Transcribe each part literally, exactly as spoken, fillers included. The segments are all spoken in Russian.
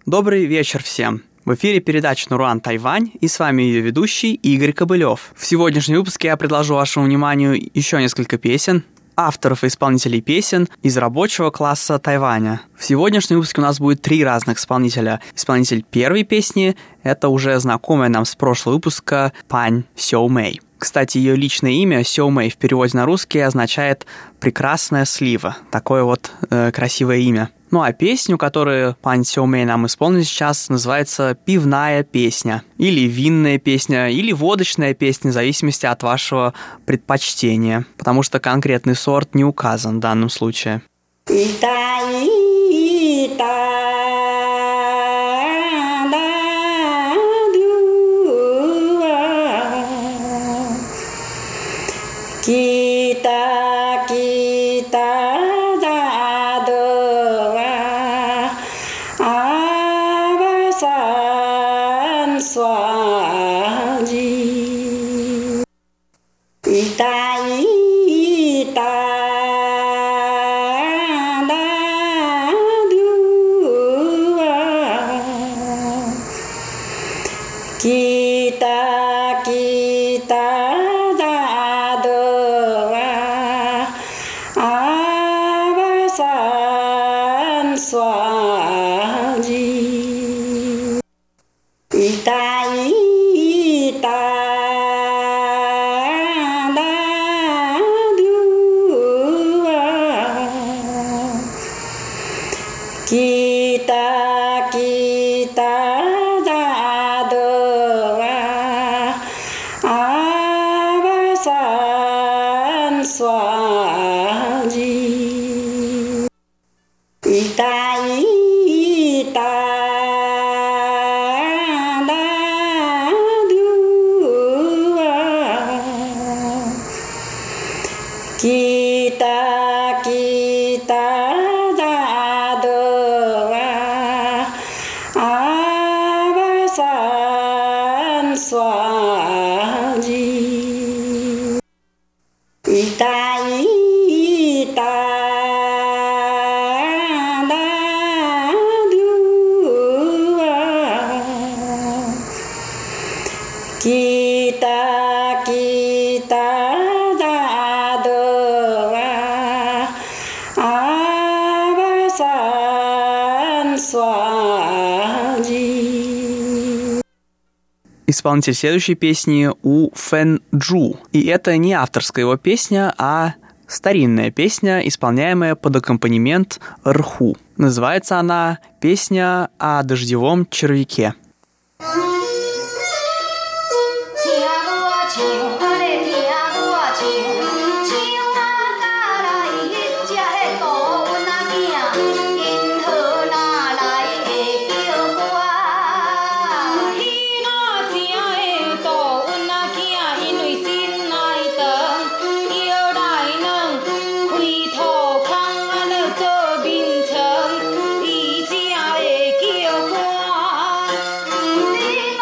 Добрый вечер всем! В эфире передача «Нуруан Тайвань» и с вами ее ведущий Игорь Кобылев. В сегодняшнем выпуске я предложу вашему вниманию еще несколько песен, авторов и исполнителей песен из рабочего класса Тайваня. В сегодняшнем выпуске у нас будет три разных исполнителя. Исполнитель первой песни — это уже знакомая нам с прошлого выпуска Пань Сяо Мэй. Кстати, ее личное имя Сяо Мэй в переводе на русский означает «прекрасная слива». Такое вот э, красивое имя. Ну а песню, которую Пань Сяо Мэй нам исполнит сейчас, называется «Пивная песня», или «Винная песня», или «Водочная песня», в зависимости от вашего предпочтения, потому что конкретный сорт не указан в данном случае. Kita kita jadwa avasan swaji ita ita dadua kita kita Kita kita jadwa avasan swaji ita ita dadua kita kita Ita ita dadua kita kita jadwa avasan swaji. Исполнитель следующей песни У Фэн Джу. И это не авторская его песня, а старинная песня, исполняемая под аккомпанемент эрху. Называется она «Песня о дождевом червяке». Hãy subscribe cho kênh Ghiền Mì Gõ để không bỏ lỡ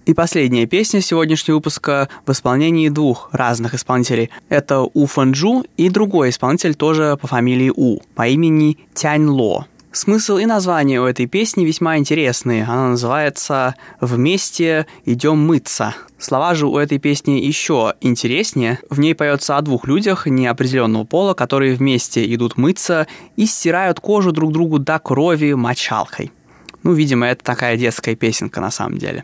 И последняя песня сегодняшнего выпуска в исполнении двух разных исполнителей. Это У Фэнджу и другой исполнитель тоже по фамилии У, по имени Тянь Ло. Смысл и название у этой песни весьма интересные. Она называется «Вместе идем мыться». Слова же у этой песни еще интереснее. В ней поется о двух людях неопределенного пола, которые вместе идут мыться и стирают кожу друг другу до крови мочалкой. Ну, видимо, это такая детская песенка на самом деле.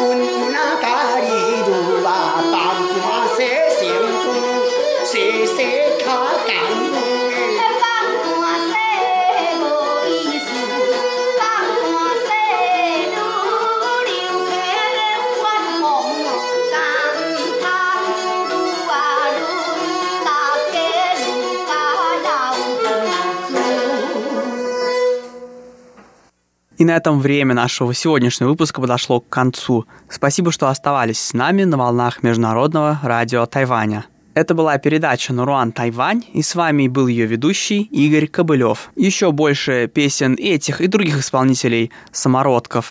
Say, say. И на этом время нашего сегодняшнего выпуска подошло к концу. Спасибо, что оставались с нами на волнах Международного радио Тайваня. Это была передача «Наруан Тайвань», и с вами был ее ведущий Игорь Кобылев. Еще больше песен этих и других исполнителей самородков